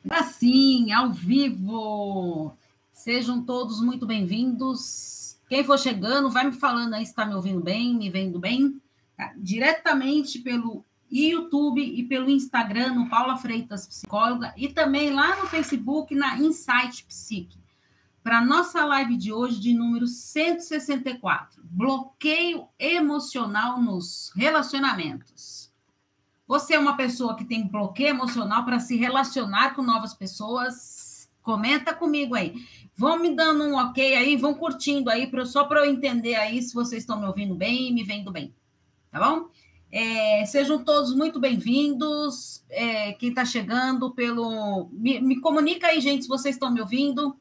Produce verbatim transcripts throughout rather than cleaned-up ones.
Assim, ao vivo. Sejam todos muito bem-vindos. Quem for chegando, vai me falando aí se está me ouvindo bem, me vendo bem. Tá? Diretamente pelo YouTube e pelo Instagram, no Paula Freitas Psicóloga, e também lá no Facebook, na Insight Psique. Para a nossa live de hoje, de número cento e sessenta e quatro, bloqueio emocional nos relacionamentos. Você é uma pessoa que tem bloqueio emocional para se relacionar com novas pessoas? Comenta comigo aí. Vão me dando um ok aí, vão curtindo aí, pra, só para eu entender aí se vocês estão me ouvindo bem e me vendo bem. Tá bom? É, sejam todos muito bem-vindos. É, quem está chegando pelo... Me, me comunica aí, gente, se vocês estão me ouvindo.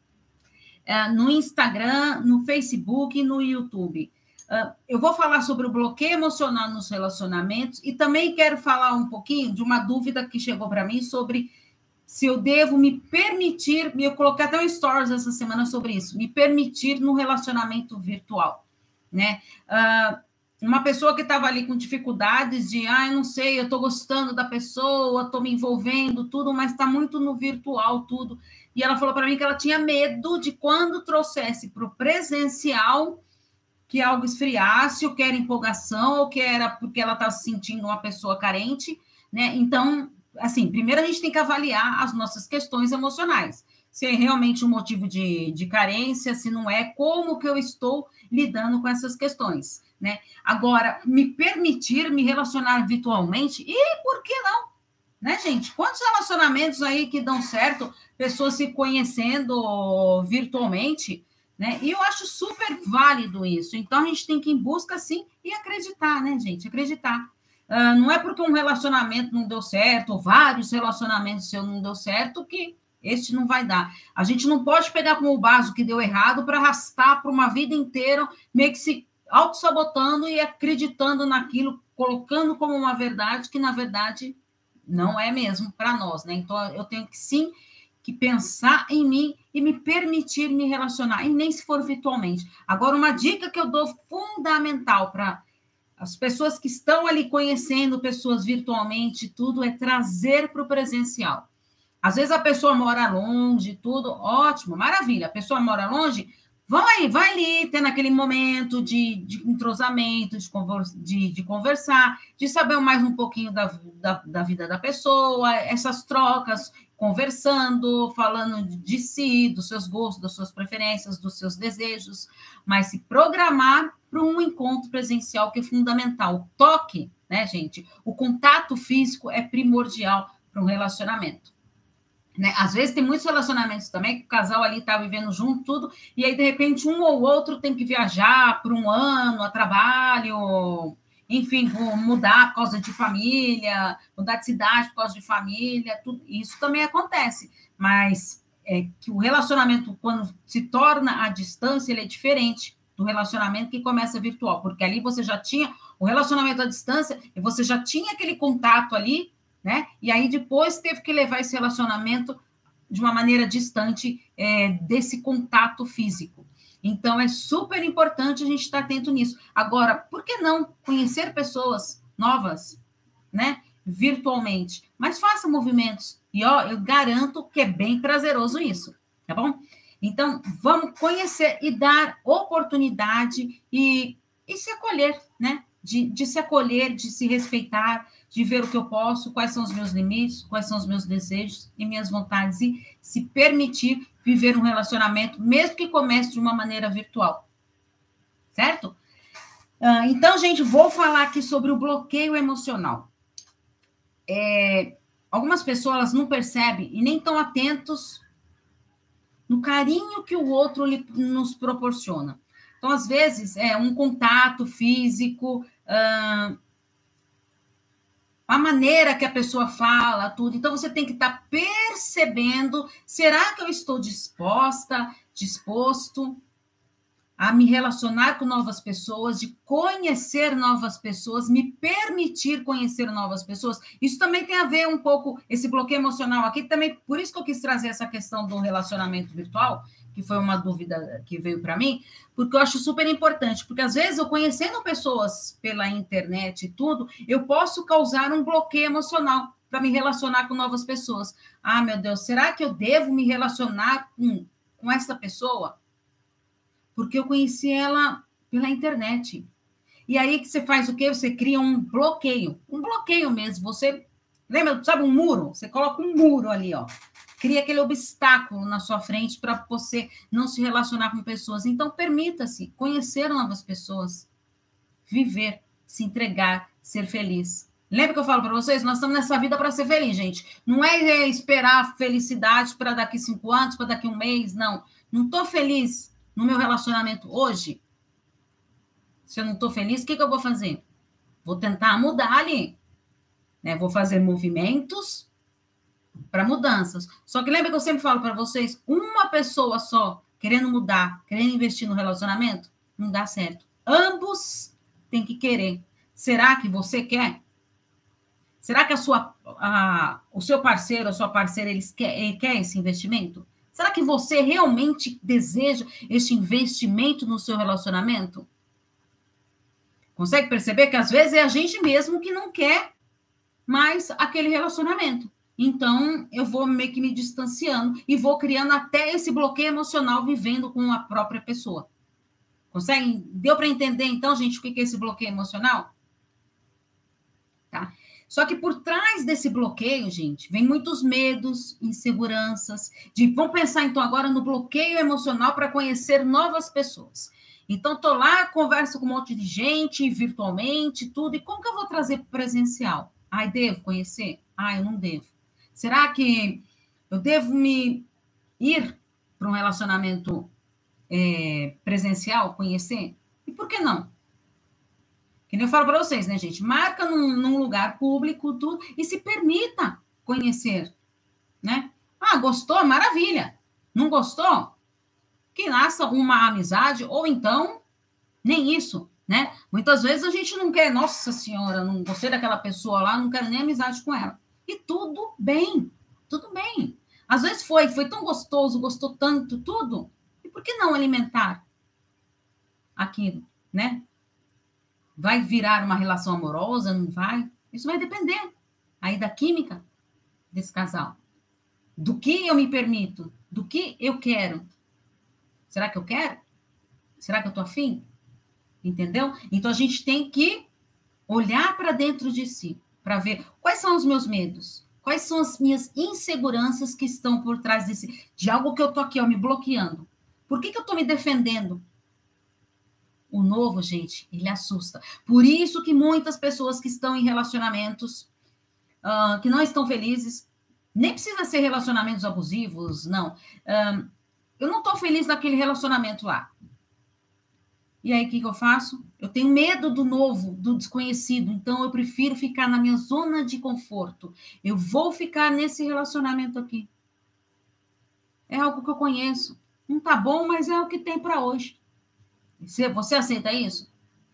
É, no Instagram, no Facebook e no YouTube. Uh, eu vou falar sobre o bloqueio emocional nos relacionamentos e também quero falar um pouquinho de uma dúvida que chegou para mim sobre se eu devo me permitir, eu coloquei até um stories essa semana sobre isso, me permitir no relacionamento virtual, né? Uh, uma pessoa que estava ali com dificuldades de, ah, eu não sei, eu estou gostando da pessoa, estou me envolvendo, tudo, mas está muito no virtual, tudo. E ela falou para mim que ela tinha medo de quando trouxesse para o presencial que algo esfriasse, ou que era empolgação, ou que era porque ela está se sentindo uma pessoa carente, né? Então, assim, primeiro a gente tem que avaliar as nossas questões emocionais. Se é realmente um motivo de, de carência, se não é, como que eu estou lidando com essas questões, né? Agora, me permitir me relacionar virtualmente, e por que não? Né, gente? Quantos relacionamentos aí que dão certo, pessoas se conhecendo virtualmente, né? E eu acho super válido isso. Então, a gente tem que ir em busca, sim, e acreditar, né, gente? Acreditar. Uh, não é porque um relacionamento não deu certo, ou vários relacionamentos seu não deu certo, que este não vai dar. A gente não pode pegar como base o que deu errado para arrastar para uma vida inteira, meio que se auto-sabotando e acreditando naquilo, colocando como uma verdade que, na verdade, não é mesmo para nós, né? Então, eu tenho que, sim, que pensar em mim e me permitir me relacionar, e nem se for virtualmente. Agora, uma dica que eu dou fundamental para as pessoas que estão ali conhecendo pessoas virtualmente, tudo, é trazer para o presencial. Às vezes a pessoa mora longe, tudo, ótimo, maravilha. A pessoa mora longe, vão aí, vai ali, tendo aquele momento de, de entrosamento, de, de, de conversar, de saber mais um pouquinho da, da, da vida da pessoa, essas trocas, conversando, falando de si, dos seus gostos, das suas preferências, dos seus desejos, mas se programar para um encontro presencial, que é fundamental. O toque, né, gente? O contato físico é primordial para um relacionamento. Né? Às vezes tem muitos relacionamentos também que o casal ali está vivendo junto, tudo, e aí, de repente, um ou outro tem que viajar por um ano a trabalho, enfim, mudar por causa de família, mudar de cidade por causa de família, tudo isso também acontece, mas é que o relacionamento, quando se torna à distância, ele é diferente do relacionamento que começa virtual, porque ali você já tinha o relacionamento à distância, e você já tinha aquele contato ali, né? E aí depois teve que levar esse relacionamento de uma maneira distante é, desse contato físico. Então, é super importante a gente estar atento nisso. Agora, por que não conhecer pessoas novas, né? Virtualmente? Mas faça movimentos. E, ó, eu garanto que é bem prazeroso isso, tá bom? Então, vamos conhecer e dar oportunidade e, e se acolher, né? De, de se acolher, de se respeitar, de ver o que eu posso, quais são os meus limites, quais são os meus desejos e minhas vontades, e se permitir viver um relacionamento, mesmo que comece de uma maneira virtual. Certo? Uh, então, gente, vou falar aqui sobre o bloqueio emocional. É, algumas pessoas elas não percebem e nem estão atentos no carinho que o outro lhe, nos proporciona. Então, às vezes, é um contato físico, uh, a maneira que a pessoa fala, tudo. Então, você tem que estar percebendo, será que eu estou disposta, disposto a me relacionar com novas pessoas, de conhecer novas pessoas, me permitir conhecer novas pessoas? Isso também tem a ver um pouco, esse bloqueio emocional aqui, também, por isso que eu quis trazer essa questão do relacionamento virtual, que foi uma dúvida que veio para mim, porque eu acho super importante, porque às vezes eu conhecendo pessoas pela internet e tudo, eu posso causar um bloqueio emocional, para me relacionar com novas pessoas. Ah, meu Deus, será que eu devo me relacionar com, com essa pessoa? Porque eu conheci ela pela internet. E aí que você faz o quê? Você cria um bloqueio. Um bloqueio mesmo. Você lembra, sabe um muro? Você coloca um muro ali, ó. Cria aquele obstáculo na sua frente para você não se relacionar com pessoas. Então, permita-se conhecer novas pessoas, viver, se entregar, ser feliz. Lembra que eu falo para vocês? Nós estamos nessa vida para ser feliz, gente. Não é esperar felicidade para daqui cinco anos, para daqui um mês, não. Não estou feliz no meu relacionamento hoje. Se eu não estou feliz, o que, que eu vou fazer? Vou tentar mudar ali. Né? Vou fazer movimentos para mudanças. Só que lembra que eu sempre falo para vocês, uma pessoa só querendo mudar, querendo investir no relacionamento, não dá certo. Ambos têm que querer. Será que você quer? Será que a sua, a, o seu parceiro, a sua parceira, eles quer, ele quer esse investimento? Será que você realmente deseja esse investimento no seu relacionamento? Consegue perceber que às vezes é a gente mesmo que não quer mais aquele relacionamento. Então, eu vou meio que me distanciando e vou criando até esse bloqueio emocional vivendo com a própria pessoa. Consegue? Deu para entender, então, gente, o que é esse bloqueio emocional? Tá? Só que por trás desse bloqueio, gente, vem muitos medos, inseguranças. De, vamos pensar, então, agora no bloqueio emocional para conhecer novas pessoas. Então, estou lá, converso com um monte de gente, virtualmente, tudo. E como que eu vou trazer presencial? Ai, devo conhecer? Ah, eu não devo. Será que eu devo me ir para um relacionamento é, presencial, conhecer? E por que não? Que nem eu falo para vocês, né, gente? Marca num, num lugar público, tudo, e se permita conhecer, né? Ah, gostou? Maravilha. Não gostou? Que nasça uma amizade, ou então, nem isso, né? Muitas vezes a gente não quer, nossa senhora, não gostei daquela pessoa lá, não quero nem amizade com ela. E tudo bem, tudo bem. Às vezes foi, foi tão gostoso, gostou tanto, tudo. E por que não alimentar aquilo, né? Vai virar uma relação amorosa, não vai? Isso vai depender aí da química desse casal. Do que eu me permito, do que eu quero. Será que eu quero? Será que eu tô afim? Entendeu? Então a gente tem que olhar para dentro de si, para ver quais são os meus medos, quais são as minhas inseguranças que estão por trás desse, de algo que eu tô aqui, ó, me bloqueando. Por que que eu tô me defendendo? O novo, gente, ele assusta. Por isso que muitas pessoas que estão em relacionamentos, uh, que não estão felizes, nem precisa ser relacionamentos abusivos, não. Uh, eu não estou feliz naquele relacionamento lá. E aí, o que, que eu faço? Eu tenho medo do novo, do desconhecido, então eu prefiro ficar na minha zona de conforto. Eu vou ficar nesse relacionamento aqui. É algo que eu conheço. Não tá bom, mas é o que tem para hoje. Você, você aceita isso?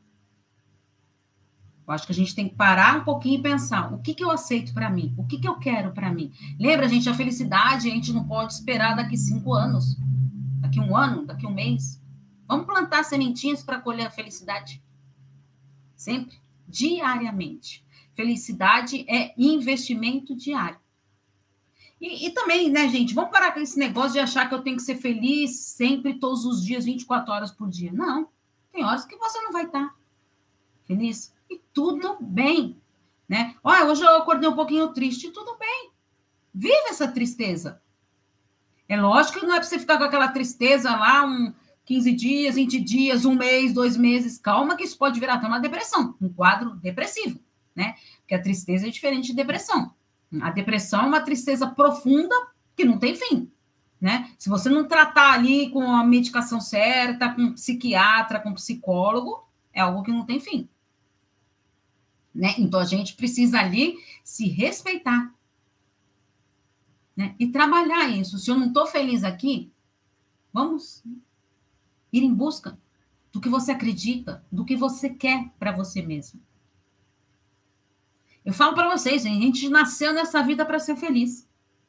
Eu acho que a gente tem que parar um pouquinho e pensar, o que, que eu aceito para mim? O que, que eu quero para mim? Lembra, gente, a felicidade a gente não pode esperar daqui cinco anos, daqui um ano, daqui um mês. Vamos plantar sementinhas para colher a felicidade. Sempre, diariamente. Felicidade é investimento diário. E, e também, né, gente, vamos parar com esse negócio de achar que eu tenho que ser feliz sempre, todos os dias, vinte e quatro horas por dia. Não, tem horas que você não vai estar feliz. E tudo bem, né? Olha, hoje eu acordei um pouquinho triste, tudo bem. Vive essa tristeza. É lógico que não é para você ficar com aquela tristeza lá, um quinze dias, vinte dias, um mês, dois meses. Calma que isso pode virar até uma depressão, um quadro depressivo, né? Porque a tristeza é diferente de depressão. A depressão é uma tristeza profunda que não tem fim, né? Se você não tratar ali com a medicação certa, com psiquiatra, com psicólogo, é algo que não tem fim. Né? Então, a gente precisa ali se respeitar, né? E trabalhar isso. Se eu não estou feliz aqui, vamos ir em busca do que você acredita, do que você quer para você mesmo. Eu falo para vocês, a gente nasceu nessa vida para ser feliz.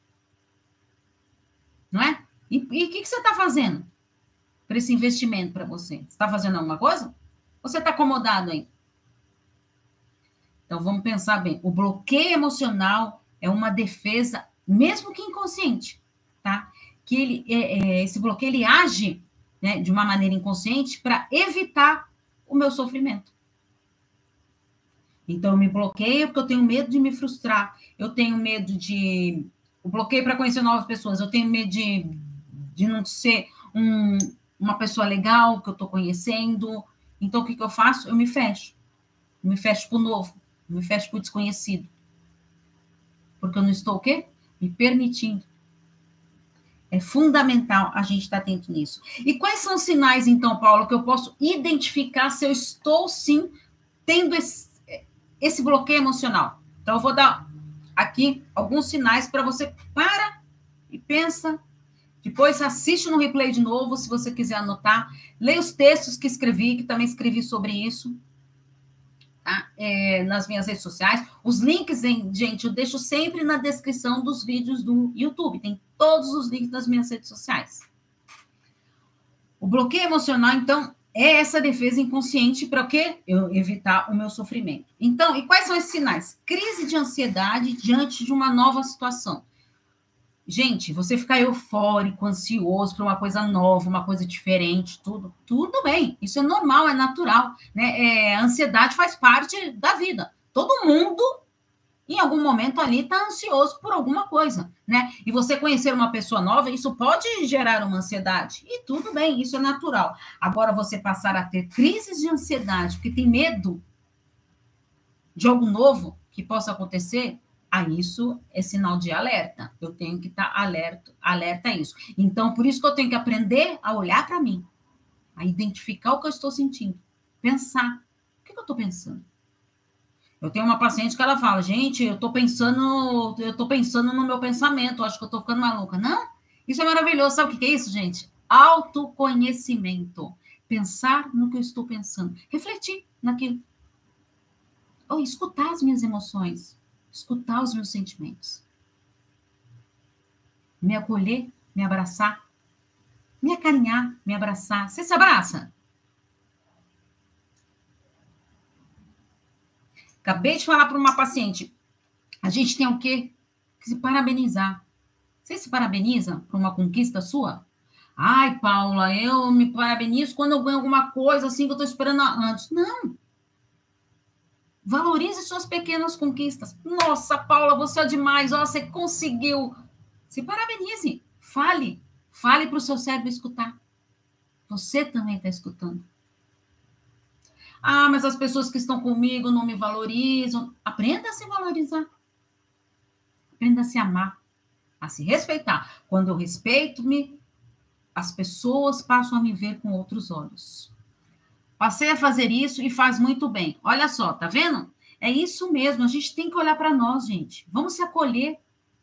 Não é? E o que, que você está fazendo para esse investimento para você? Você está fazendo alguma coisa? Ou você está acomodado aí? Então, vamos pensar bem. O bloqueio emocional é uma defesa, mesmo que inconsciente, tá? Que ele, é, é, esse bloqueio, ele age, né, de uma maneira inconsciente para evitar o meu sofrimento. Então, eu me bloqueio porque eu tenho medo de me frustrar, eu tenho medo de... O bloqueio para conhecer novas pessoas, eu tenho medo de, de não ser um, uma pessoa legal que eu estou conhecendo. Então, o que, que eu faço? Eu me fecho. Eu me fecho para o novo, eu me fecho para o desconhecido. Porque eu não estou o quê? Me permitindo. É fundamental a gente estar atento nisso. E quais são os sinais, então, Paulo, que eu posso identificar se eu estou, sim, tendo esse, esse bloqueio emocional? Então, eu vou dar aqui alguns sinais para você para e pensa. Depois assiste no replay de novo, se você quiser anotar. Leia os textos que escrevi, que também escrevi sobre isso. Tá? É, nas minhas redes sociais. Os links, hein, gente, eu deixo sempre na descrição dos vídeos do YouTube. Tem todos os links das minhas redes sociais. O bloqueio emocional, então, é essa defesa inconsciente para o quê? Eu evitar o meu sofrimento. Então, e quais são esses sinais? Crise de ansiedade diante de uma nova situação. Gente, você ficar eufórico, ansioso por uma coisa nova, uma coisa diferente, tudo, tudo bem. Isso é normal, é natural, né? É, a ansiedade faz parte da vida. Todo mundo, em algum momento ali, está ansioso por alguma coisa, né? E você conhecer uma pessoa nova, isso pode gerar uma ansiedade. E tudo bem, isso é natural. Agora, você passar a ter crises de ansiedade, porque tem medo de algo novo que possa acontecer, a isso é sinal de alerta. Eu tenho que estar alerta, alerta a isso. Então, por isso que eu tenho que aprender a olhar para mim, a identificar o que eu estou sentindo, pensar. O que eu estou pensando? Eu tenho uma paciente que ela fala, gente, eu estou pensando, eu estou pensando no meu pensamento, acho que eu estou ficando maluca. Não, isso é maravilhoso. Sabe o que é isso, gente? Autoconhecimento. Pensar no que eu estou pensando. Refletir naquilo. Ou escutar as minhas emoções. Escutar os meus sentimentos. Me acolher, me abraçar. Me acarinhar, me abraçar. Você se abraça? Acabei de falar para uma paciente. A gente tem o quê? Que se parabenizar. Você se parabeniza por uma conquista sua? Ai, Paula, eu me parabenizo quando eu ganho alguma coisa assim que eu estou esperando antes. Não. Valorize suas pequenas conquistas. Nossa, Paula, você é demais. Ó, você conseguiu. Se parabenize. Fale. Fale para o seu cérebro escutar. Você também está escutando. Ah, mas as pessoas que estão comigo não me valorizam. Aprenda a se valorizar. Aprenda a se amar. A se respeitar. Quando eu respeito-me, as pessoas passam a me ver com outros olhos. Passei a fazer isso e faz muito bem. Olha só, tá vendo? É isso mesmo, a gente tem que olhar para nós, gente. Vamos se acolher.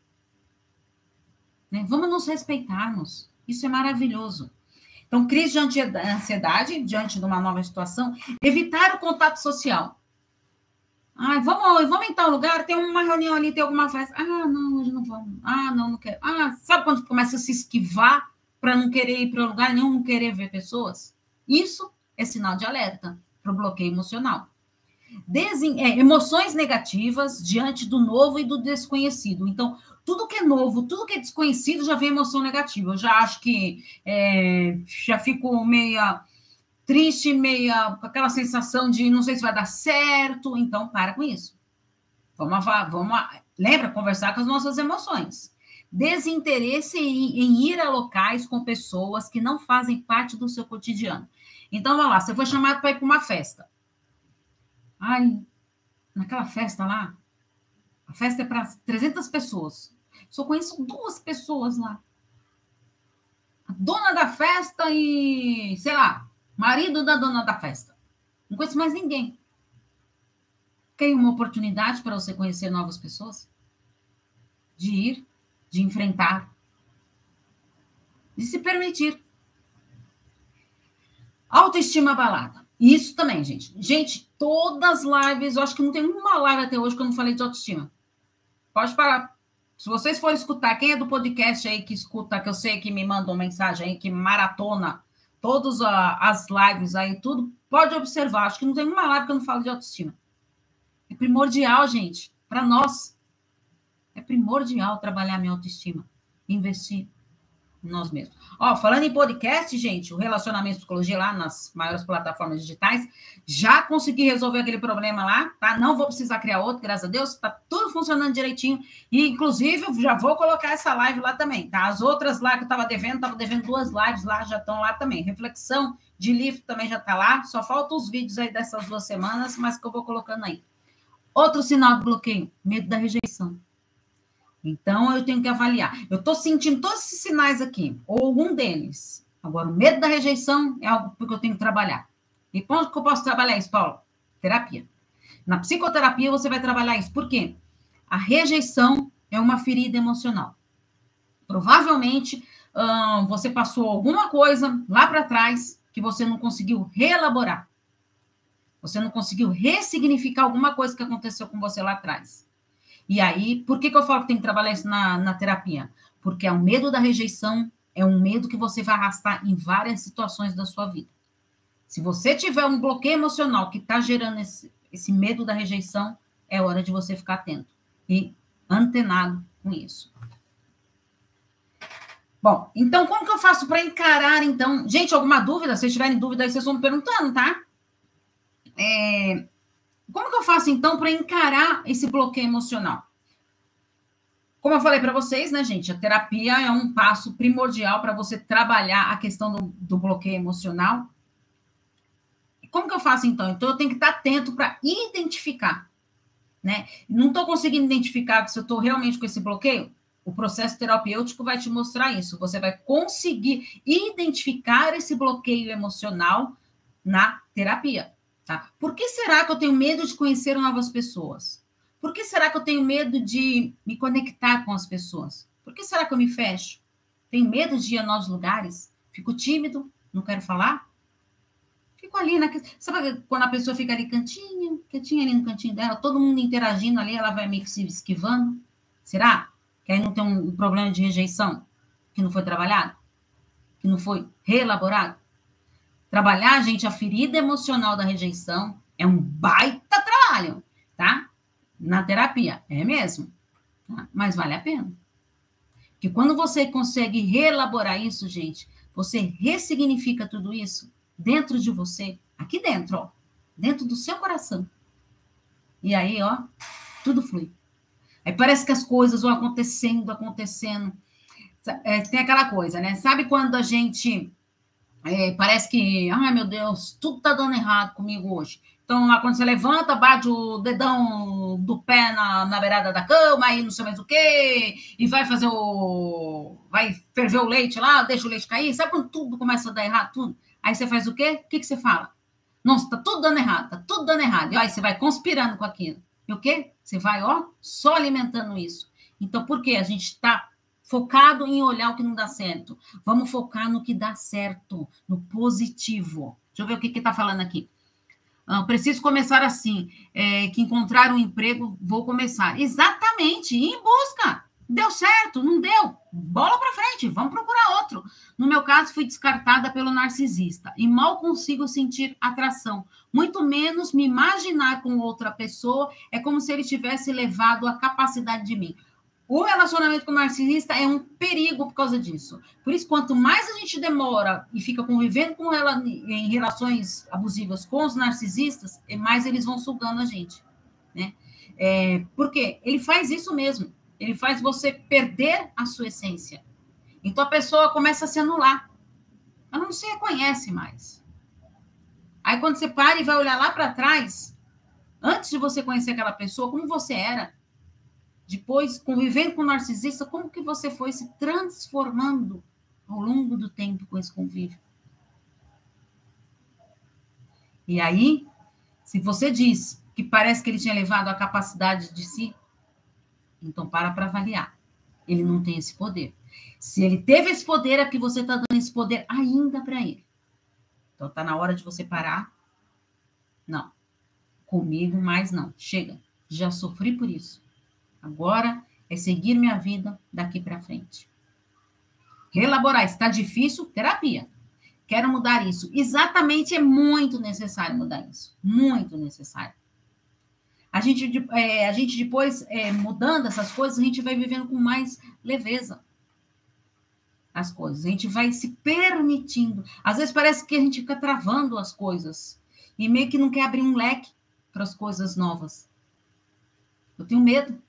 Né? Vamos nos respeitarmos. Isso é maravilhoso. Então, crise de ansiedade, diante de uma nova situação. Evitar o contato social. Ah, vamos, vamos em tal lugar, tem uma reunião ali, tem alguma festa. Ah, não, hoje não vamos. Ah, não, não quero. Ah, sabe quando começa a se esquivar para não querer ir para lugar nenhum, não querer ver pessoas? Isso é sinal de alerta para o bloqueio emocional. Desen... É, emoções negativas diante do novo e do desconhecido. Então, tudo que é novo, tudo que é desconhecido já vem emoção negativa. Eu já acho que é, já fico meia triste, meia com aquela sensação de não sei se vai dar certo. Então, para com isso. Vamos, vamos lembra, conversar com as nossas emoções. Desinteresse em, em ir a locais com pessoas que não fazem parte do seu cotidiano. Então, vai lá, você foi chamado para ir para uma festa. Ai, naquela festa lá, a festa é para trezentas pessoas. Só conheço duas pessoas lá. A dona da festa e, sei lá, marido da dona da festa. Não conheço mais ninguém. Quer uma oportunidade para você conhecer novas pessoas? De ir, de enfrentar, de se permitir. Autoestima abalada. Isso também, gente. Gente, todas as lives, eu acho que não tem uma live até hoje que eu não falei de autoestima. Pode parar. Se vocês forem escutar, quem é do podcast aí que escuta, que eu sei que me mandam mensagem aí, que maratona todas as lives aí, tudo, pode observar. Acho que não tem uma live que eu não falo de autoestima. É primordial, gente, para nós. É primordial trabalhar a minha autoestima, investir em nós mesmos. Ó, falando em podcast, gente, o Relacionamento Psicologia lá nas maiores plataformas digitais, já consegui resolver aquele problema lá, tá? Não vou precisar criar outro, graças a Deus, tá tudo funcionando direitinho. E, inclusive, eu já vou colocar essa live lá também, tá? As outras lá que eu tava devendo, tava devendo duas lives lá, já estão lá também. Reflexão de livro também já tá lá, só faltam os vídeos aí dessas duas semanas, mas que eu vou colocando aí. Outro sinal de bloqueio, medo da rejeição. Então, eu tenho que avaliar. Eu estou sentindo todos esses sinais aqui, ou algum deles. Agora, o medo da rejeição é algo que eu tenho que trabalhar. E como que eu posso trabalhar isso, Paulo? Terapia. Na psicoterapia, você vai trabalhar isso. Por quê? A rejeição é uma ferida emocional. Provavelmente, hum, você passou alguma coisa lá para trás que você não conseguiu reelaborar. Você não conseguiu ressignificar alguma coisa que aconteceu com você lá atrás. E aí, por que, que eu falo que tem que trabalhar isso na, na terapia? Porque é o medo da rejeição, é um medo que você vai arrastar em várias situações da sua vida. Se você tiver um bloqueio emocional que está gerando esse, esse medo da rejeição, é hora de você ficar atento e antenado com isso. Bom, então, como que eu faço para encarar, então... Gente, alguma dúvida? Se tiverem dúvida, aí vocês vão me perguntando, tá? É... Como que eu faço, então, para encarar esse bloqueio emocional? Como eu falei para vocês, né, gente? A terapia é um passo primordial para você trabalhar a questão do, do bloqueio emocional. Como que eu faço, então? Então, eu tenho que estar atento para identificar, né? Não estou conseguindo identificar se eu estou realmente com esse bloqueio? O processo terapêutico vai te mostrar isso. Você vai conseguir identificar esse bloqueio emocional na terapia. Tá? Por que será que eu tenho medo de conhecer novas pessoas? Por que será que eu tenho medo de me conectar com as pessoas? Por que será que eu me fecho? Tenho medo de ir a novos lugares? Fico tímido? Não quero falar? Fico ali, na... sabe quando a pessoa fica ali cantinho, quietinha ali no cantinho dela, todo mundo interagindo ali, ela vai meio que se esquivando? Será? Que aí não tem um problema de rejeição que não foi trabalhado? Que não foi reelaborado? Trabalhar, gente, a ferida emocional da rejeição é um baita trabalho, tá? Na terapia, é mesmo. Tá? Mas vale a pena. Porque quando você consegue reelaborar isso, gente, você ressignifica tudo isso dentro de você, aqui dentro, ó, dentro do seu coração. E aí, ó, tudo flui. Aí parece que as coisas vão acontecendo, acontecendo. É, tem aquela coisa, né? Sabe quando a gente... É, parece que, ai meu Deus, tudo tá dando errado comigo hoje. Então, lá quando você levanta, bate o dedão do pé na, na beirada da cama, e não sei mais o quê, e vai fazer o... vai ferver o leite lá, deixa o leite cair. Sabe quando tudo começa a dar errado, tudo? Aí você faz o quê? O que, que você fala? Nossa, tá tudo dando errado, tá tudo dando errado. E aí você vai conspirando com aquilo. E o quê? Você vai, ó, só alimentando isso. Então, por quê? A gente está focado em olhar o que não dá certo. Vamos focar no que dá certo, no positivo. Deixa eu ver o que está falando aqui. Ah, preciso começar assim, é, que encontrar um emprego, vou começar. Exatamente, ir em busca. Deu certo, não deu? Bola para frente, vamos procurar outro. No meu caso, fui descartada pelo narcisista e mal consigo sentir atração. Muito menos me imaginar com outra pessoa. É como se ele tivesse levado a capacidade de mim. O relacionamento com o narcisista é um perigo por causa disso. Por isso, quanto mais a gente demora e fica convivendo com ela, em relações abusivas com os narcisistas, mais eles vão sugando a gente, né? É, por quê? Ele faz isso mesmo. Ele faz você perder a sua essência. Então, a pessoa começa a se anular. Ela não se reconhece mais. Aí, quando você para e vai olhar lá para trás, antes de você conhecer aquela pessoa, como você era, depois, convivendo com o narcisista, como que você foi se transformando ao longo do tempo com esse convívio? E aí, se você diz que parece que ele tinha levado a capacidade de si, então para para avaliar. Ele não tem esse poder. Se ele teve esse poder, é porque você está dando esse poder ainda para ele. Então está na hora de você parar. Não. Comigo, mais não. Chega. Já sofri por isso. Agora é seguir minha vida daqui para frente. Reelaborar. Está difícil? Terapia. Quero mudar isso. Exatamente, é muito necessário mudar isso. Muito necessário. A gente, é, a gente depois, é, mudando essas coisas, a gente vai vivendo com mais leveza as coisas. A gente vai se permitindo. Às vezes parece que a gente fica travando as coisas e meio que não quer abrir um leque para as coisas novas. Eu tenho medo.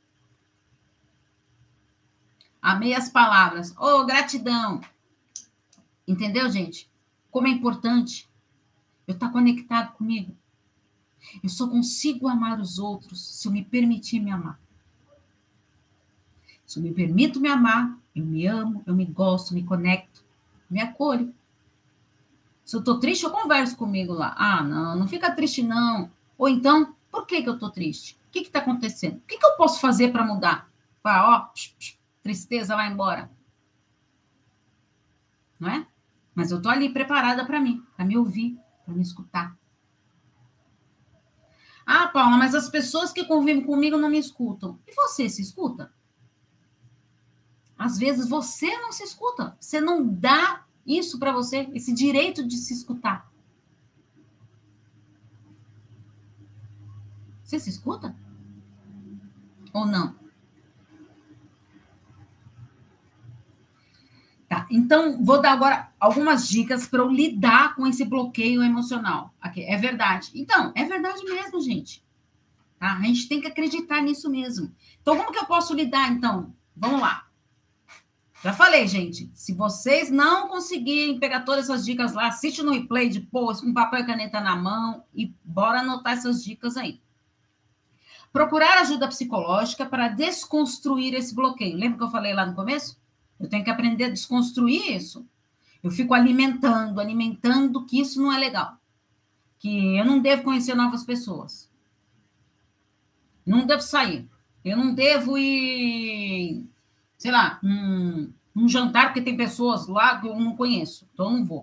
Amei as palavras. Oh, gratidão. Entendeu, gente? Como é importante eu estar conectado comigo. Eu só consigo amar os outros se eu me permitir me amar. Se eu me permito me amar, eu me amo, eu me gosto, me conecto, me acolho. Se eu tô triste, eu converso comigo lá. Ah, não, não fica triste, não. Ou então, por que que eu tô triste? O que que tá acontecendo? O que que eu posso fazer para mudar? Para, ó, psh, psh, tristeza, vai embora. Não é? Mas eu tô ali preparada para mim, para me ouvir, para me escutar. Ah, Paula, mas as pessoas que convivem comigo não me escutam. E você se escuta? Às vezes você não se escuta. Você não dá isso para você, esse direito de se escutar. Você se escuta? Ou não? Tá, então vou dar agora algumas dicas para eu lidar com esse bloqueio emocional. Aqui, é verdade. Então, é verdade mesmo, gente. Tá? A gente tem que acreditar nisso mesmo. Então, como que eu posso lidar, então? Vamos lá. Já falei, gente. Se vocês não conseguirem pegar todas essas dicas lá, assiste no replay depois, com papel e caneta na mão, e bora anotar essas dicas aí. Procurar ajuda psicológica para desconstruir esse bloqueio. Lembra que eu falei lá no começo? Eu tenho que aprender a desconstruir isso. Eu fico alimentando, alimentando que isso não é legal. Que eu não devo conhecer novas pessoas. Não devo sair. Eu não devo ir, sei lá, um, um jantar, porque tem pessoas lá que eu não conheço. Então eu não vou.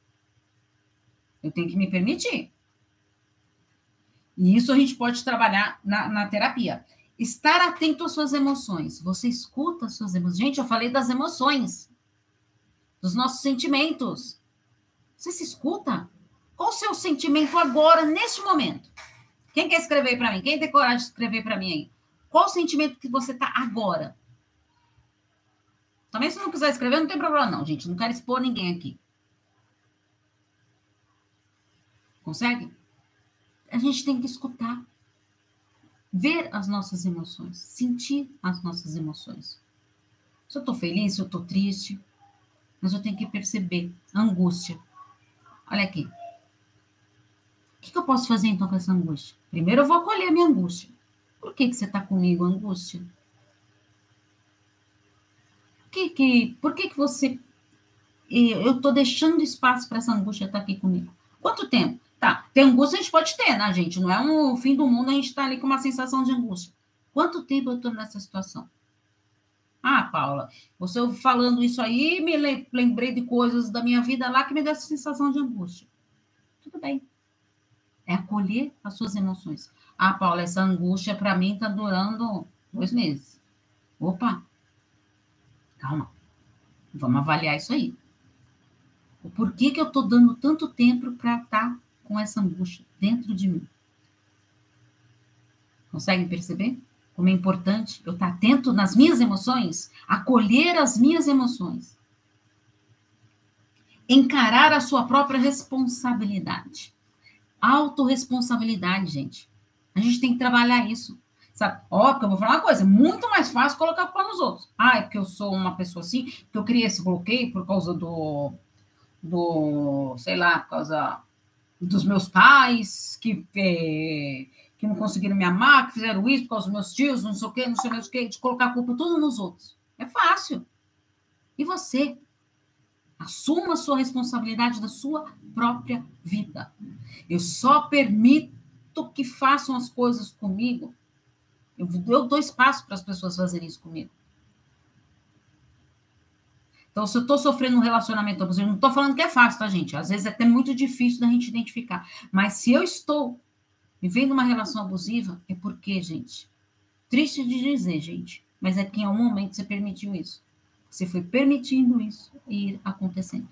Eu tenho que me permitir. E isso a gente pode trabalhar na, na terapia. Estar atento às suas emoções. Você escuta as suas emoções. Gente, eu falei das emoções. Dos nossos sentimentos. Você se escuta? Qual o seu sentimento agora, neste momento? Quem quer escrever para mim? Quem tem coragem de escrever para mim aí? Qual o sentimento que você está agora? Também, se não quiser escrever, não tem problema não, gente. Não quero expor ninguém aqui. Consegue? A gente tem que escutar. Ver as nossas emoções. Sentir as nossas emoções. Se eu estou feliz, se eu estou triste. Mas eu tenho que perceber a angústia. Olha aqui. O que, que eu posso fazer, então, com essa angústia? Primeiro, eu vou acolher a minha angústia. Por que, que você está comigo, angústia? Que, que, por que, que você... Eu estou deixando espaço para essa angústia estar aqui comigo. Quanto tempo? Tá, ter angústia a gente pode ter, né, gente? Não é um fim do mundo a gente estar tá ali com uma sensação de angústia. Quanto tempo eu estou nessa situação? Ah, Paula, você falando isso aí, me lembrei de coisas da minha vida lá que me deu essa sensação de angústia. Tudo bem. É acolher as suas emoções. Ah, Paula, essa angústia para mim está durando dois meses. Opa, calma. Vamos avaliar isso aí. O porquê que eu estou dando tanto tempo para estar tá com essa angústia dentro de mim? Conseguem perceber como é importante eu estar atento nas minhas emoções, acolher as minhas emoções, encarar a sua própria responsabilidade, autorresponsabilidade, gente. A gente tem que trabalhar isso, sabe? Ó, porque eu vou falar uma coisa, muito mais fácil colocar a culpa nos outros. Ah, é porque eu sou uma pessoa assim, que eu criei esse bloqueio por causa do, do, sei lá, por causa dos meus pais, que é, que não conseguiram me amar, que fizeram isso por causa dos meus tios, não sei o quê, não sei mais o quê, de colocar a culpa tudo nos outros. É fácil. E você? Assuma a sua responsabilidade da sua própria vida. Eu só permito que façam as coisas comigo. Eu, eu dou espaço para as pessoas fazerem isso comigo. Então, se eu estou sofrendo um relacionamento abusivo, não estou falando que é fácil, tá, gente? Às vezes é até muito difícil da gente identificar. Mas se eu estou vivendo uma relação abusiva, é porque, gente, triste de dizer, gente, mas é que em algum momento você permitiu isso. Você foi permitindo isso ir acontecendo.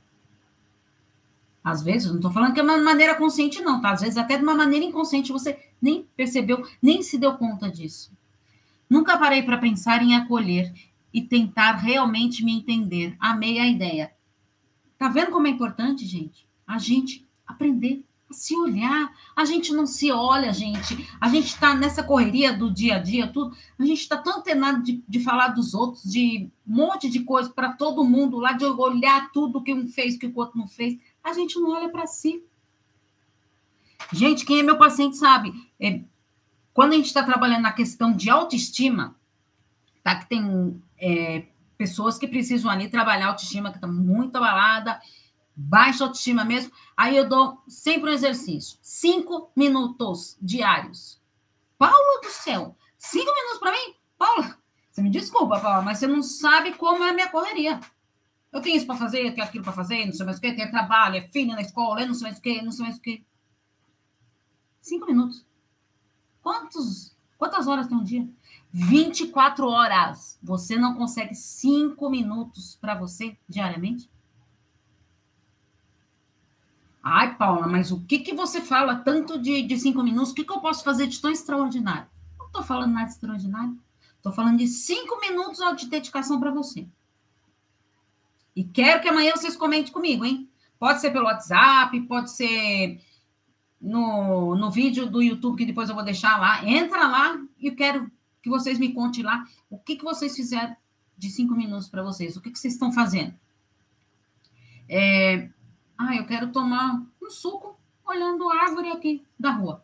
Às vezes, não estou falando que é uma maneira consciente, não, tá? Às vezes, até de uma maneira inconsciente, você nem percebeu, nem se deu conta disso. Nunca parei para pensar em acolher e tentar realmente me entender. Amei a ideia. Tá vendo como é importante, gente? A gente aprender a se olhar. A gente não se olha, gente. A gente tá nessa correria do dia a dia, tudo. A gente tá tão antenado de, de falar dos outros, de um monte de coisa para todo mundo lá, de olhar tudo que um fez, que o outro não fez. A gente não olha para si. Gente, quem é meu paciente sabe. É, quando a gente está trabalhando na questão de autoestima, tá? Que tem é, pessoas que precisam ali trabalhar a autoestima, que está muito abalada, baixa autoestima mesmo. Aí eu dou sempre um exercício. Cinco minutos diários. Paula do céu, cinco minutos para mim? Paula, você me desculpa, Paula, mas você não sabe como é a minha correria. Eu tenho isso para fazer, eu tenho aquilo para fazer, não sei mais o que, tem trabalho, é filho na escola, eu não sei mais o que, não sei mais o que. Cinco minutos. Quantos, quantas horas tem um dia? vinte e quatro horas. Você não consegue cinco minutos para você diariamente? Ai, Paula, mas o que, que você fala tanto de, de cinco minutos? O que, que eu posso fazer de tão extraordinário? Não estou falando nada de extraordinário. Estou falando de cinco minutos de dedicação para você. E quero que amanhã vocês comentem comigo, hein? Pode ser pelo WhatsApp, pode ser no, no vídeo do YouTube, que depois eu vou deixar lá. Entra lá e eu quero que vocês me contem lá o que, que vocês fizeram de cinco minutos para vocês. O que, que vocês estão fazendo? É... Ah, eu quero tomar um suco olhando a árvore aqui da rua.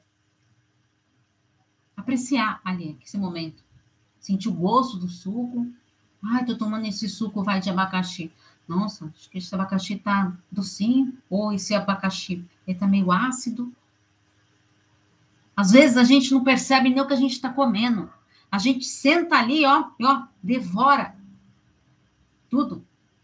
Apreciar ali, esse momento. Sentir o gosto do suco. Ai, tô tomando esse suco, vai, de abacaxi. Nossa, acho que esse abacaxi tá docinho. Ou esse abacaxi, ele tá meio ácido. Às vezes a gente não percebe nem o que a gente está comendo. A gente senta ali, ó, e ó, devora tudo.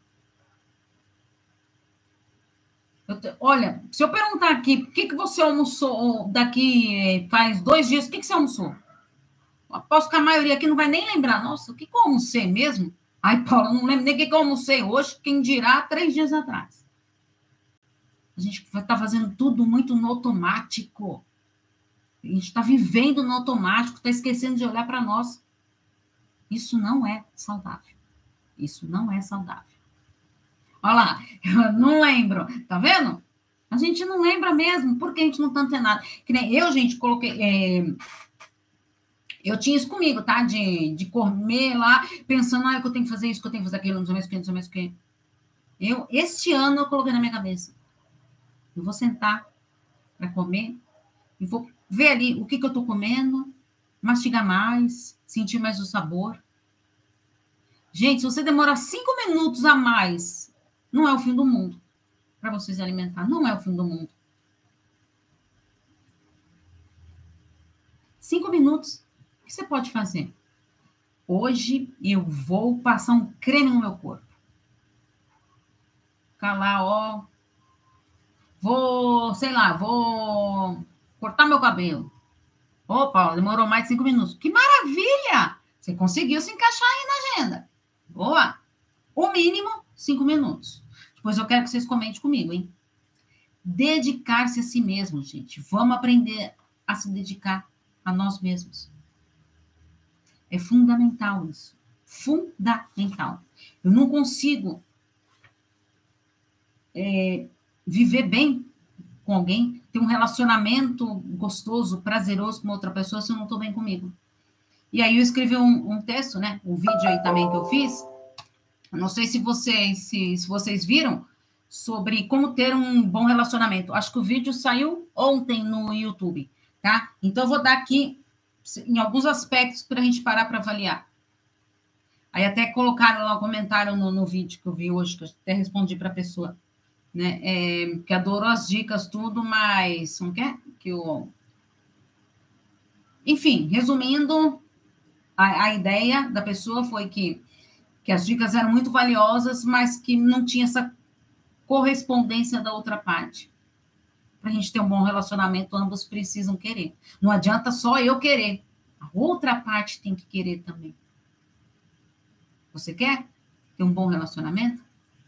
Eu te, olha, se eu perguntar aqui, o que, que você almoçou daqui faz dois dias, o que, que você almoçou? Aposto que a maioria aqui não vai nem lembrar. Nossa, o que, que eu almocei mesmo? Ai, Paula, não lembro nem o que, que eu almocei hoje, quem dirá três dias atrás. A gente está fazendo tudo muito no automático. A gente está vivendo no automático, está esquecendo de olhar para nós. Isso não é saudável. Isso não é saudável. Olha lá, eu não lembro. Tá vendo? A gente não lembra mesmo, porque a gente não tá antenado. Que nem eu, gente, coloquei... É... Eu tinha isso comigo, tá? De, de comer lá, pensando, ah, que eu tenho que fazer isso, que eu tenho que fazer aquilo, não sei mais o que, não sei mais o que. Eu, este ano, eu coloquei na minha cabeça. Eu vou sentar para comer e vou ver ali o que, que eu tô comendo, mastigar mais, sentir mais o sabor. Gente, se você demorar cinco minutos a mais, não é o fim do mundo para você se alimentar. Não é o fim do mundo. Cinco minutos. O que você pode fazer? Hoje eu vou passar um creme no meu corpo. Ficar lá, ó. Vou, sei lá, vou cortar meu cabelo. Ô, Paula, demorou mais de cinco minutos. Que maravilha! Você conseguiu se encaixar aí na agenda. Boa! O mínimo, cinco minutos. Depois eu quero que vocês comentem comigo, hein? Dedicar-se a si mesmo, gente. Vamos aprender a se dedicar a nós mesmos. É fundamental isso. Fundamental. Eu não consigo é, viver bem com alguém, ter um relacionamento gostoso, prazeroso com outra pessoa, se eu não estou bem comigo. E aí eu escrevi um, um texto, né? Um vídeo aí também que eu fiz. Não sei se vocês, se, se vocês viram, sobre como ter um bom relacionamento. Acho que o vídeo saiu ontem no YouTube, tá? Então eu vou dar aqui em alguns aspectos para a gente parar para avaliar. Aí até colocaram lá um comentário no, no vídeo que eu vi hoje, que eu até respondi para a pessoa, né? É, que adorou as dicas, tudo, mas como que é? Que o... Enfim, resumindo, a, a ideia da pessoa foi que, que as dicas eram muito valiosas, mas que não tinha essa correspondência da outra parte. Para a gente ter um bom relacionamento, ambos precisam querer. Não adianta só eu querer. A outra parte tem que querer também. Você quer ter um bom relacionamento?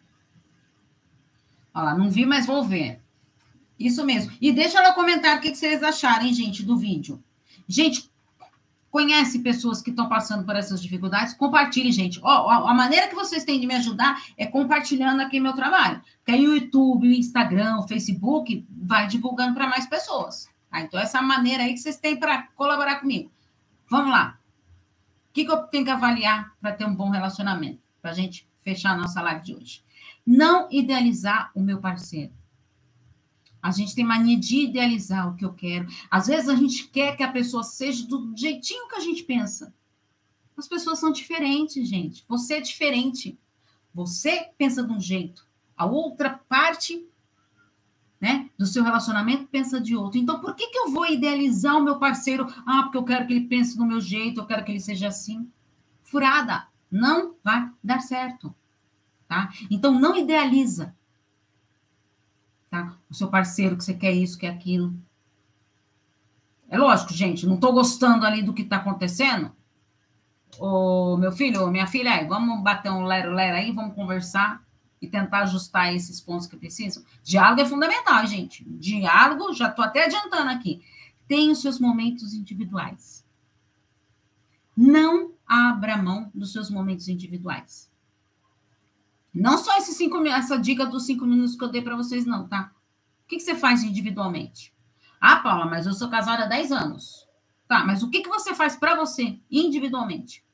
Olha lá, não vi, mas vou ver. Isso mesmo. E deixa lá comentar o que vocês acharem, gente, do vídeo. Gente, conhece pessoas que estão passando por essas dificuldades? Compartilhe, gente. Ó, a maneira que vocês têm de me ajudar é compartilhando aqui meu trabalho. Porque aí o YouTube, o Instagram, o Facebook vai divulgando para mais pessoas. Tá? Então, essa maneira aí que vocês têm para colaborar comigo. Vamos lá. O que, que eu tenho que avaliar para ter um bom relacionamento? Para a gente fechar a nossa live de hoje. Não idealizar o meu parceiro. A gente tem mania de idealizar o que eu quero. Às vezes a gente quer que a pessoa seja do jeitinho que a gente pensa. As pessoas são diferentes, gente. Você é diferente. Você pensa de um jeito. A outra parte, né, do seu relacionamento pensa de outro. Então, por que, que eu vou idealizar o meu parceiro? Ah, porque eu quero que ele pense do meu jeito, eu quero que ele seja assim. Furada. Não vai dar certo. Tá? Então, não idealiza. Tá? O seu parceiro, que você quer isso, quer aquilo. É lógico, gente, não estou gostando ali do que está acontecendo. Ô, meu filho, minha filha, aí, vamos bater um lero-lero aí, vamos conversar e tentar ajustar esses pontos que precisam. Diálogo é fundamental, gente. Diálogo, já estou até adiantando aqui. Tem os seus momentos individuais. Não abra mão dos seus momentos individuais. Não só esses cinco, essa dica dos cinco minutos que eu dei para vocês, não, tá? O que, que você faz individualmente? Ah, Paula, mas eu sou casada há dez anos. Tá, mas o que, que você faz para você individualmente?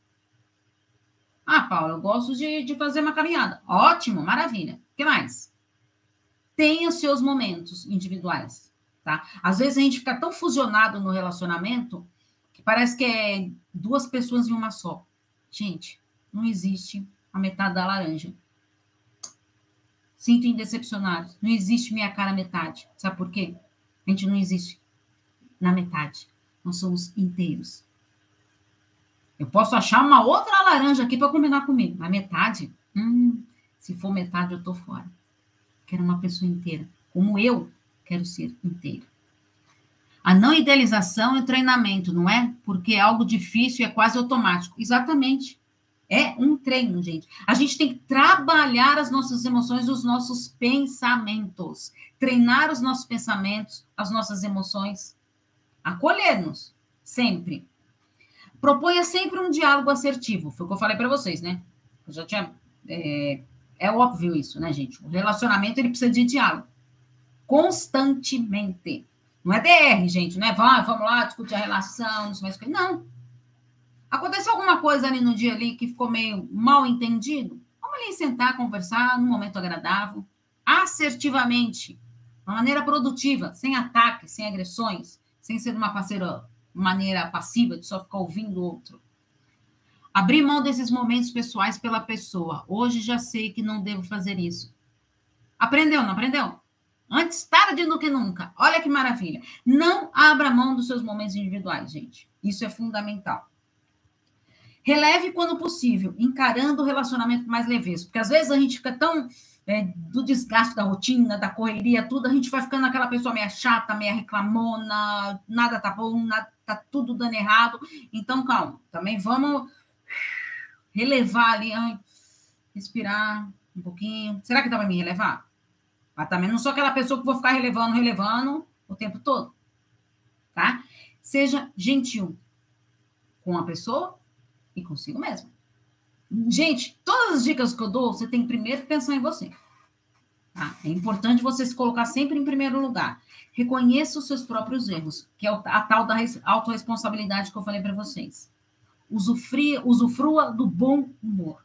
Ah, Paula, eu gosto de, de fazer uma caminhada. Ótimo, maravilha. O que mais? Tenha os seus momentos individuais, tá? Às vezes a gente fica tão fusionado no relacionamento que parece que é duas pessoas em uma só. Gente, não existe a metade da laranja. Sinto em decepcionar. Não existe minha cara metade. Sabe por quê? A gente não existe na metade. Nós somos inteiros. Eu posso achar uma outra laranja aqui para combinar comigo. Mas metade? Hum, se for metade, eu tô fora. Quero uma pessoa inteira. Como eu quero ser inteira. A não idealização é treinamento, não é? Porque é algo difícil e é quase automático. Exatamente. É um treino, gente. A gente tem que trabalhar as nossas emoções, os nossos pensamentos. Treinar os nossos pensamentos, as nossas emoções. Acolher-nos, sempre. Proponha sempre um diálogo assertivo. Foi o que eu falei para vocês, né? Eu já tinha... É, é óbvio isso, né, gente? O relacionamento, ele precisa de diálogo. Constantemente. Não é D R, gente, né? Vai, vamos lá, discutir a relação, não sei mais o que. Não. Aconteceu alguma coisa ali no dia ali que ficou meio mal entendido? Vamos ali sentar, conversar num momento agradável, assertivamente, de uma maneira produtiva, sem ataques, sem agressões, sem ser uma parceira, maneira passiva de só ficar ouvindo o outro. Abrir mão desses momentos pessoais pela pessoa. Hoje já sei que não devo fazer isso. Aprendeu, não aprendeu? Antes tarde do que nunca. Olha que maravilha. Não abra mão dos seus momentos individuais, gente. Isso é fundamental. Releve quando possível, encarando o relacionamento com mais leveza. Porque às vezes a gente fica tão é, do desgaste da rotina, da correria, tudo, a gente vai ficando aquela pessoa meio chata, meio reclamona, nada tá bom, nada, tá tudo dando errado. Então, calma, também vamos relevar ali, ai, respirar um pouquinho. Será que dá para me relevar? Mas também não sou aquela pessoa que vou ficar relevando, relevando o tempo todo, tá? Seja gentil com a pessoa e consigo mesmo. Gente, todas as dicas que eu dou, você tem que primeiro pensar em você. Tá? É importante você se colocar sempre em primeiro lugar. Reconheça os seus próprios erros, que é a tal da autorresponsabilidade que eu falei para vocês. Usufria, usufrua do bom humor.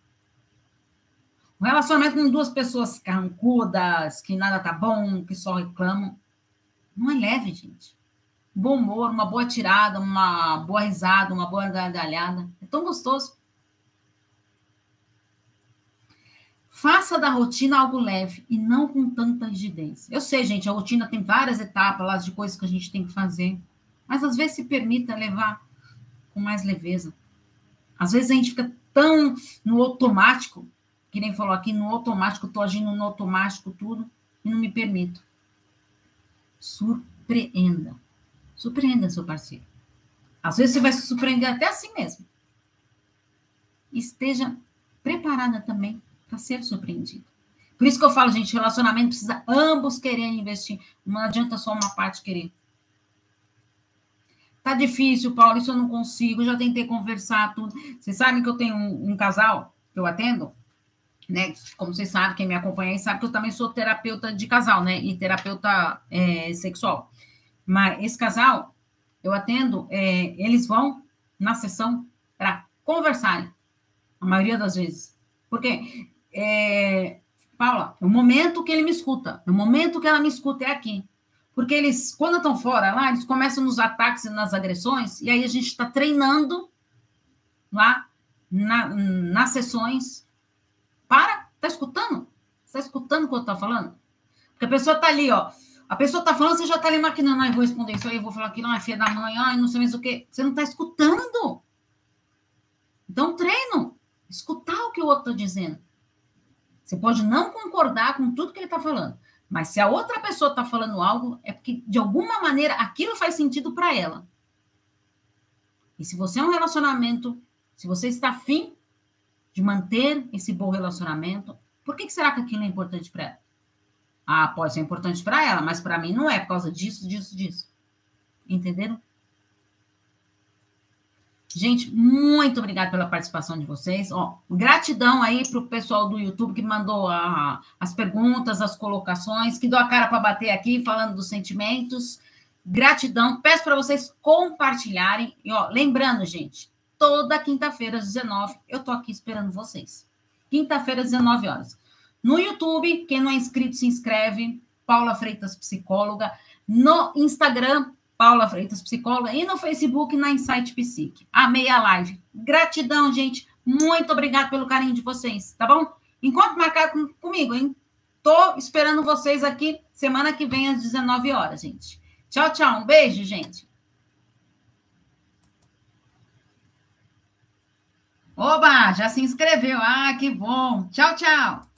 Um relacionamento com duas pessoas carrancudas, que nada tá bom, que só reclamam, não é leve, gente. Bom humor, uma boa tirada, uma boa risada, uma boa gargalhada. É tão gostoso. Faça da rotina algo leve e não com tanta rigidez. Eu sei, gente, a rotina tem várias etapas lá de coisas que a gente tem que fazer, mas às vezes se permita levar com mais leveza. Às vezes a gente fica tão no automático, que nem falou aqui, no automático, estou agindo no automático tudo, e não me permito. Surpreenda. Surpreenda seu parceiro. Às vezes você vai se surpreender até assim mesmo. Esteja preparada também para ser surpreendido. Por isso que eu falo, gente, relacionamento precisa ambos quererem investir. Não adianta só uma parte querer. tá difícil, Paulo, isso eu não consigo, já tentei conversar, tudo. Vocês sabem que eu tenho um, um casal que eu atendo, né? Como vocês sabem, quem me acompanha aí sabe que eu também sou terapeuta de casal, né? E terapeuta é, sexual. Mas esse casal, eu atendo, é, eles vão na sessão para conversarem, a maioria das vezes. Porque, é, Paula, o momento que ele me escuta, o momento que ela me escuta é aqui. Porque eles, quando estão fora lá, eles começam nos ataques e nas agressões, e aí a gente está treinando lá na, nas sessões. Para, tá escutando? Está escutando o que eu estou falando? Porque a pessoa está ali, ó. A pessoa está falando, você já está ali maquinando, ah, eu vou responder isso aí, eu vou falar aquilo, ah, filha da mãe, ah, não sei mais o quê. Você não está escutando. Então, treino. Escutar o que o outro está dizendo. Você pode não concordar com tudo que ele está falando, mas se a outra pessoa está falando algo, é porque, de alguma maneira, aquilo faz sentido para ela. E se você é um relacionamento, se você está afim de manter esse bom relacionamento, por que, que será que aquilo é importante para ela? Ah, pode ser importante para ela, mas para mim não é, por causa disso, disso, disso. Entenderam? Gente, muito obrigada pela participação de vocês. Ó, gratidão aí para o pessoal do YouTube que mandou a, as perguntas, as colocações, que deu a cara para bater aqui, falando dos sentimentos. Gratidão. Peço para vocês compartilharem. E, ó, lembrando, gente, toda quinta-feira, às dezenove, eu tô aqui esperando vocês. Quinta-feira, às dezenove horas. No YouTube, quem não é inscrito, se inscreve. Paula Freitas, psicóloga. No Instagram, Paula Freitas, psicóloga, e no Facebook, na Insight Psique. Amei a live. Gratidão, gente. Muito obrigada pelo carinho de vocês, tá bom? Encontro marcado com, comigo, hein? Tô esperando vocês aqui semana que vem, às dezenove horas, gente. Tchau, tchau. Um beijo, gente. Oba, já se inscreveu. Ah, que bom. Tchau, tchau.